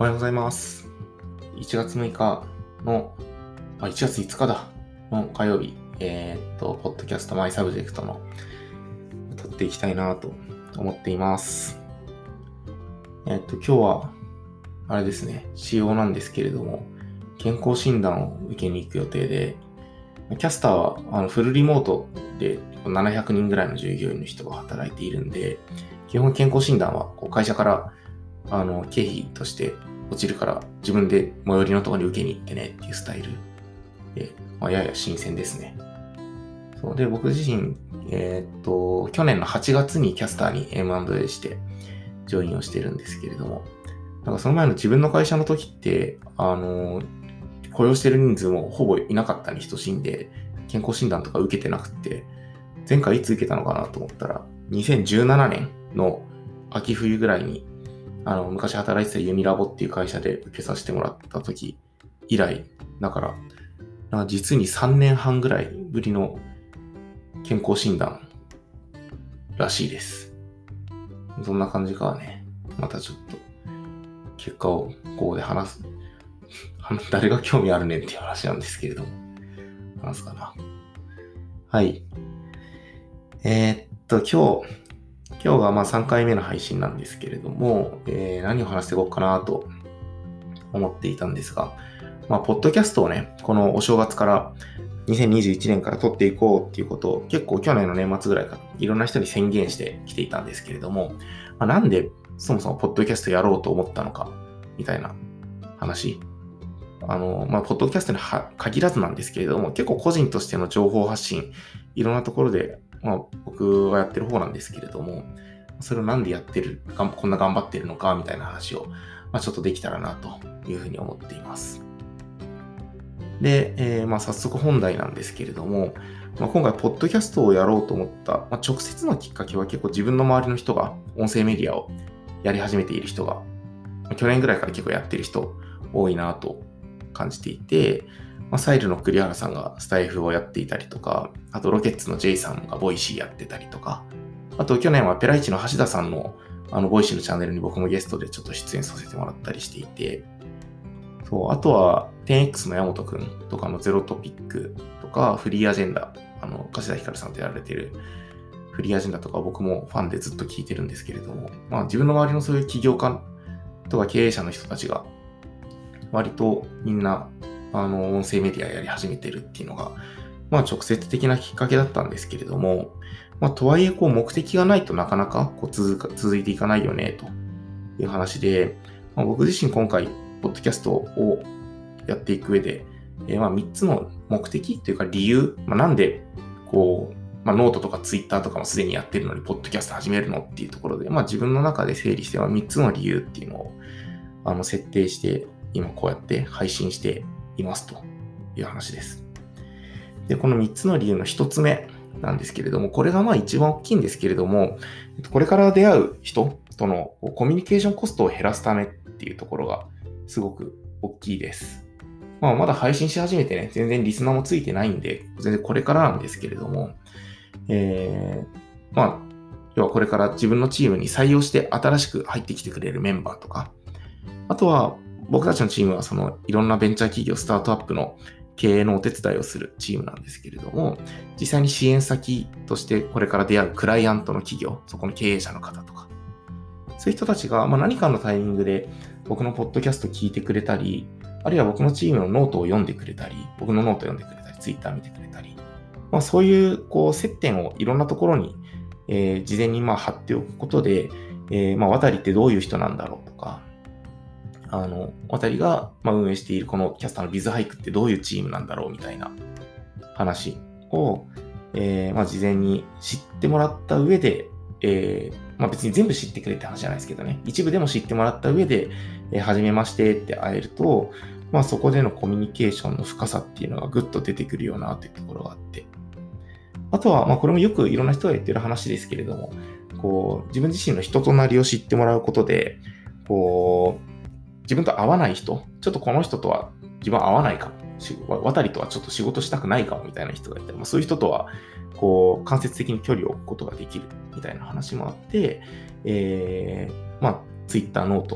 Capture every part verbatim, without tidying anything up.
おはようございます。いちがつむいかの、あ、いちがついつかだ、の火曜日、えーっと、ポッドキャストマイサブジェクトの撮っていきたいなと思っています。えーっと、今日は、あれですね、仕様なんですけれども、健康診断を受けに行く予定で、キャスターはあのフルリモートでななひゃくにんぐらいの従業員の人が働いているんで、基本健康診断はこう会社からあの経費として落ちるから自分で最寄りのところに受けに行ってねっていうスタイルで、まあ、やや新鮮ですね。そうで、僕自身、えーっと、去年のはちがつにキャスターに エムアンドエー してジョインをしてるんですけれども、なんかその前の自分の会社の時って、あの、雇用してる人数もほぼいなかったに等しいんで、健康診断とか受けてなくて、前回いつ受けたのかなと思ったら、にせんじゅうななねんの秋冬ぐらいに、あの、昔働いてたユニラボっていう会社で受けさせてもらった時以来、だから、なんか実にさんねんはんぐらいぶりの健康診断らしいです。どんな感じかはね、またちょっと結果をここで話す。誰が興味あるねんっていう話なんですけれども、話すかな。はい。えー、っと、今日、今日がまあさんかいめの配信なんですけれども、えー、何を話していこうかなと思っていたんですが、まあ、ポッドキャストをね、このお正月からにせんにじゅういちねんから撮っていこうっていうことを結構去年の年末ぐらいからいろんな人に宣言してきていたんですけれども、まあ、なんでそもそもポッドキャストやろうと思ったのかみたいな話。あの、まあ、ポッドキャストに限らずなんですけれども、結構個人としての情報発信、いろんなところで、まあ、僕はやってる方なんですけれども、それをなんでやってる、こんな頑張ってるのかみたいな話を、まあ、ちょっとできたらなというふうに思っています。で、えー、まあ早速本題なんですけれども、まあ、今回ポッドキャストをやろうと思った、まあ、直接のきっかけは結構自分の周りの人が音声メディアをやり始めている人が、まあ、去年ぐらいから結構やってる人多いなと感じていて、まあ、サイルの栗原さんがスタイフをやっていたりとか、あとロケッツの J さんがボイシーやってたりとか、あと去年はペライチの橋田さんのあのボイシーのチャンネルに僕もゲストでちょっと出演させてもらったりしていて、そう、あとは テンエックス の山本くんとかのゼロトピックとかフリーアジェンダ、あの、柏田ひかるさんとやられているフリーアジェンダとか僕もファンでずっと聞いてるんですけれども、まあ自分の周りのそういう起業家とか経営者の人たちが割とみんなあの音声メディアやり始めてるっていうのが、まあ直接的なきっかけだったんですけれども、まあとはいえこう目的がないとなかなかこう続か続いていかないよねという話で、まあ、僕自身今回ポッドキャストをやっていく上で、えー、まあみっつの目的というか理由、まあ、なんでこう、まあ、ノートとかツイッターとかもすでにやってるのにポッドキャスト始めるのっていうところで、まあ自分の中で整理してはみっつの理由っていうのをあの設定して今こうやって配信していますという話です。で、このみっつの理由のひとつめなんですけれども、これがまあ一番大きいんですけれども、これから出会う人とのコミュニケーションコストを減らすためっていうところがすごく大きいです。まあまだ配信し始めてね、全然リスナーもついてないんで、全然これからなんですけれども、えー、まあ、要はこれから自分のチームに採用して新しく入ってきてくれるメンバーとか、あとは僕たちのチームはそのいろんなベンチャー企業、スタートアップの経営のお手伝いをするチームなんですけれども、実際に支援先としてこれから出会うクライアントの企業、そこの経営者の方とか、そういう人たちがまあ何かのタイミングで僕のポッドキャスト聞いてくれたり、あるいは僕のチームのノートを読んでくれたり、僕のノートを読んでくれたり、ツイッター見てくれたり、まあ、そういうこう接点をいろんなところに、えー、事前にまあ貼っておくことで、えー、まあ渡りってどういう人なんだろうとか、あの、渡りがまあ運営しているこのキャスターのビズハイクってどういうチームなんだろうみたいな話を、えー、まあ事前に知ってもらった上で、えー、まあ別に全部知ってくれって話じゃないですけどね、一部でも知ってもらった上で、えー、初めましてって会えると、まあそこでのコミュニケーションの深さっていうのがぐっと出てくるよなというところがあって、あとは、まあこれもよくいろんな人が言ってる話ですけれども、こう自分自身の人となりを知ってもらうことで、こう自分と合わない人、ちょっとこの人とは自分は合わないかも、渡りとはちょっと仕事したくないかもみたいな人がいて、まあ、そういう人とはこう間接的に距離を置くことができるみたいな話もあって、えー、まあ Twitter、ノート、こ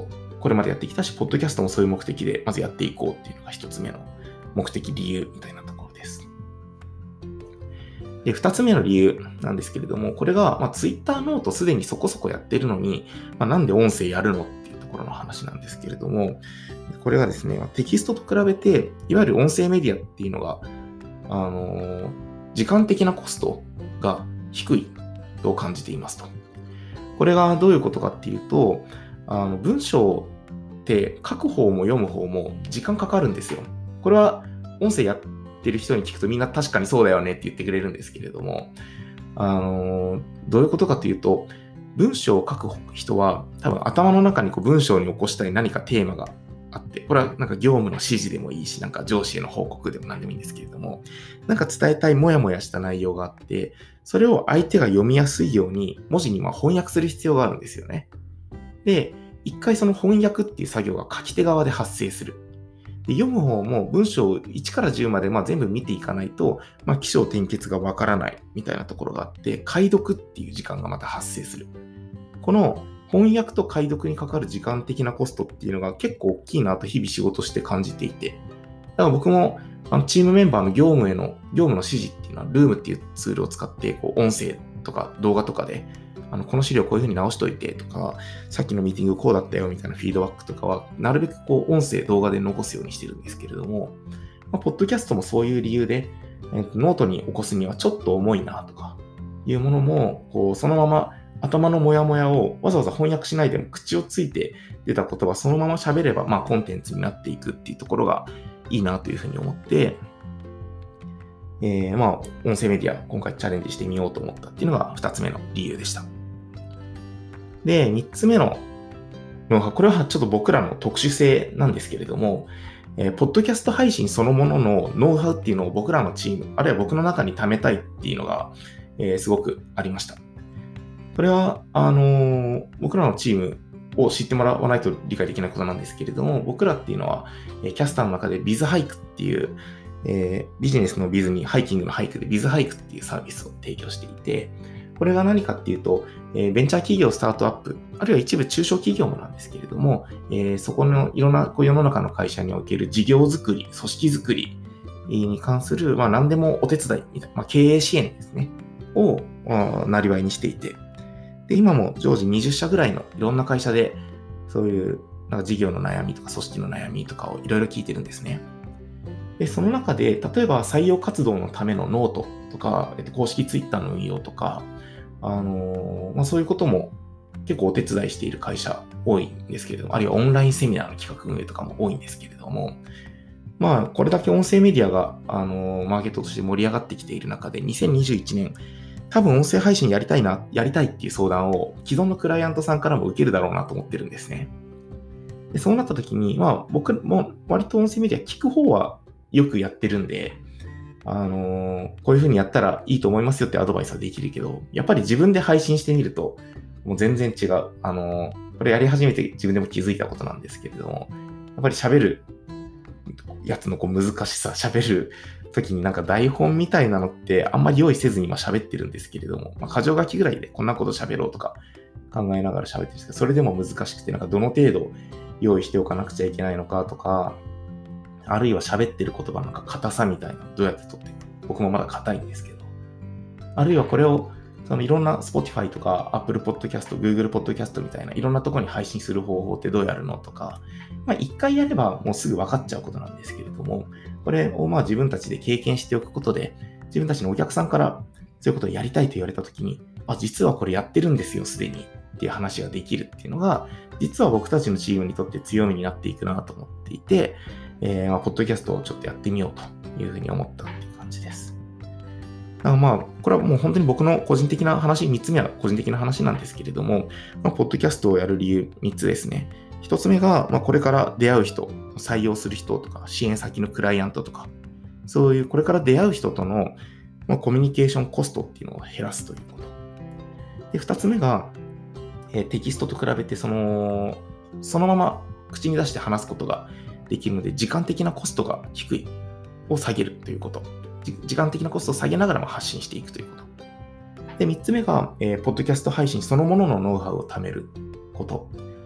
これまでやってきたし、ポッドキャストもそういう目的でまずやっていこうっていうのが一つ目の目的理由みたいなところです。で、二つ目の理由なんですけれども、これが、まあ、Twitter ノートすでにそこそこやってるのに、まあ、なんで音声やるのっていうところの話なんですけれども、これがですね、テキストと比べて、いわゆる音声メディアっていうのが、あのー、時間的なコストが低いと感じていますと。これがどういうことかっていうと、あの文章って書く方も読む方も時間かかるんですよ。これは音声やってる人に聞くとみんな確かにそうだよねって言ってくれるんですけれども、あのー、どういうことかというと、文章を書く人は多分頭の中にこう文章に起こしたい何かテーマがあって、これはなんか業務の指示でもいいし、なんか上司への報告でも何でもいいんですけれども、なんか伝えたいモヤモヤした内容があって、それを相手が読みやすいように文字にまあ翻訳する必要があるんですよね。で、一回その翻訳っていう作業が書き手側で発生する。で、読む方も文章をいちからじゅうまでまあ全部見ていかないと、まあ起承転結がわからないみたいなところがあって、解読っていう時間がまた発生する。この翻訳と解読にかかる時間的なコストっていうのが結構大きいなと日々仕事して感じていて、だから僕もあのチームメンバーの業務への業務の指示っていうのは ルーム っていうツールを使ってこう音声とか動画とかであのこの資料こういう風に直しといてとか、さっきのミーティングこうだったよみたいなフィードバックとかはなるべくこう音声動画で残すようにしてるんですけれども、まあ、ポッドキャストもそういう理由で、えーと、ノートに起こすにはちょっと重いなとかいうものもこうそのまま頭のモヤモヤをわざわざ翻訳しないでも口をついて出た言葉そのまま喋れば、まあ、コンテンツになっていくっていうところがいいなというふうに思って、えー、まあ音声メディア今回チャレンジしてみようと思ったっていうのがふたつめの理由でした。で、みっつめのノウハウ、これはちょっと僕らの特殊性なんですけれども、えー、ポッドキャスト配信そのもののノウハウっていうのを僕らのチーム、あるいは僕の中に貯めたいっていうのが、えー、すごくありました。これは、あのー、僕らのチームを知ってもらわないと理解できないことなんですけれども、僕らっていうのは、えー、キャスターの中でビズハイクっていう、えー、ビジネスのビズにハイキングのハイクでビズハイクっていうサービスを提供していて、これが何かっていうと、えー、ベンチャー企業スタートアップ、あるいは一部中小企業もなんですけれども、えー、そこのいろんなこう世の中の会社における事業づくり、組織づくりに関する、まあ、何でもお手伝いみたいな、まあ、経営支援ですね、をなりわいにしていて、で、今も常時にじゅっしゃぐらいのいろんな会社で、そういうなんか事業の悩みとか組織の悩みとかをいろいろ聞いてるんですね。で、その中で、例えば採用活動のためのノートとか、えっと、公式ツイッターの運用とか、あのーまあ、そういうことも結構お手伝いしている会社多いんですけれども、あるいはオンラインセミナーの企画運営とかも多いんですけれども、まあ、これだけ音声メディアが、あのーマーケットとして盛り上がってきている中で、にせんにじゅういちねん、多分音声配信やりたいな、やりたいっていう相談を既存のクライアントさんからも受けるだろうなと思ってるんですね。で、そうなった時に、まあ僕も割と音声メディア聞く方はよくやってるんで、あのー、こういう風にやったらいいと思いますよってアドバイスはできるけど、やっぱり自分で配信してみると、もう全然違う。あのー、これやり始めて自分でも気づいたことなんですけれども、やっぱり喋るやつのこう難しさ、喋る時になんか台本みたいなのってあんまり用意せずに今喋ってるんですけれども、まあ、箇条書きぐらいでこんなこと喋ろうとか考えながら喋ってるんですけど、それでも難しくて、なんかどの程度用意しておかなくちゃいけないのかとか、あるいは喋ってる言葉のなんか硬さみたいなのどうやって取っていく、僕もまだ硬いんですけど、あるいはこれをそのいろんな Spotify とか Apple Podcast、Google Podcast みたいないろんなところに配信する方法ってどうやるのとか、まあ一回やればもうすぐ分かっちゃうことなんですけれども、これをまあ自分たちで経験しておくことで、自分たちのお客さんからそういうことをやりたいと言われたときに、あ、実はこれやってるんですよ、すでにっていう話ができるっていうのが、実は僕たちのチームにとって強みになっていくなと思っていて、えー、まあポッドキャストをちょっとやってみようというふうに思ったっていう感じです。だからまあ、これはもう本当に僕の個人的な話、みっつめは個人的な話なんですけれども、まあ、ポッドキャストをやる理由みっつですね。ひとつめが、まあ、これから出会う人、採用する人とか、支援先のクライアントとか、そういうこれから出会う人との、まあ、コミュニケーションコストっていうのを減らすということ。で、ふたつめが、えー、テキストと比べてその、そのまま口に出して話すことができるので、時間的なコストが低いを下げるということ。時間的なコストを下げながらも発信していくということ。で、みっつめが、えー、ポッドキャスト配信そのもののノウハウを貯めること。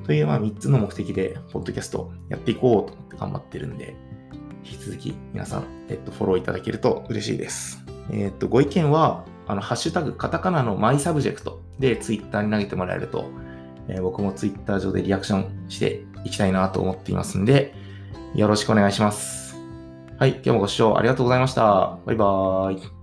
という、まあ、みっつの目的で、ポッドキャストやっていこうと思って頑張ってるんで、引き続き皆さん、えっと、フォローいただけると嬉しいです。えっと、ご意見は、あの、ハッシュタグ、カタカナのマイサブジェクトでツイッターに投げてもらえると、えー、僕もツイッター上でリアクションしていきたいなと思っていますんで、よろしくお願いします。はい、今日もご視聴ありがとうございました。バイバーイ。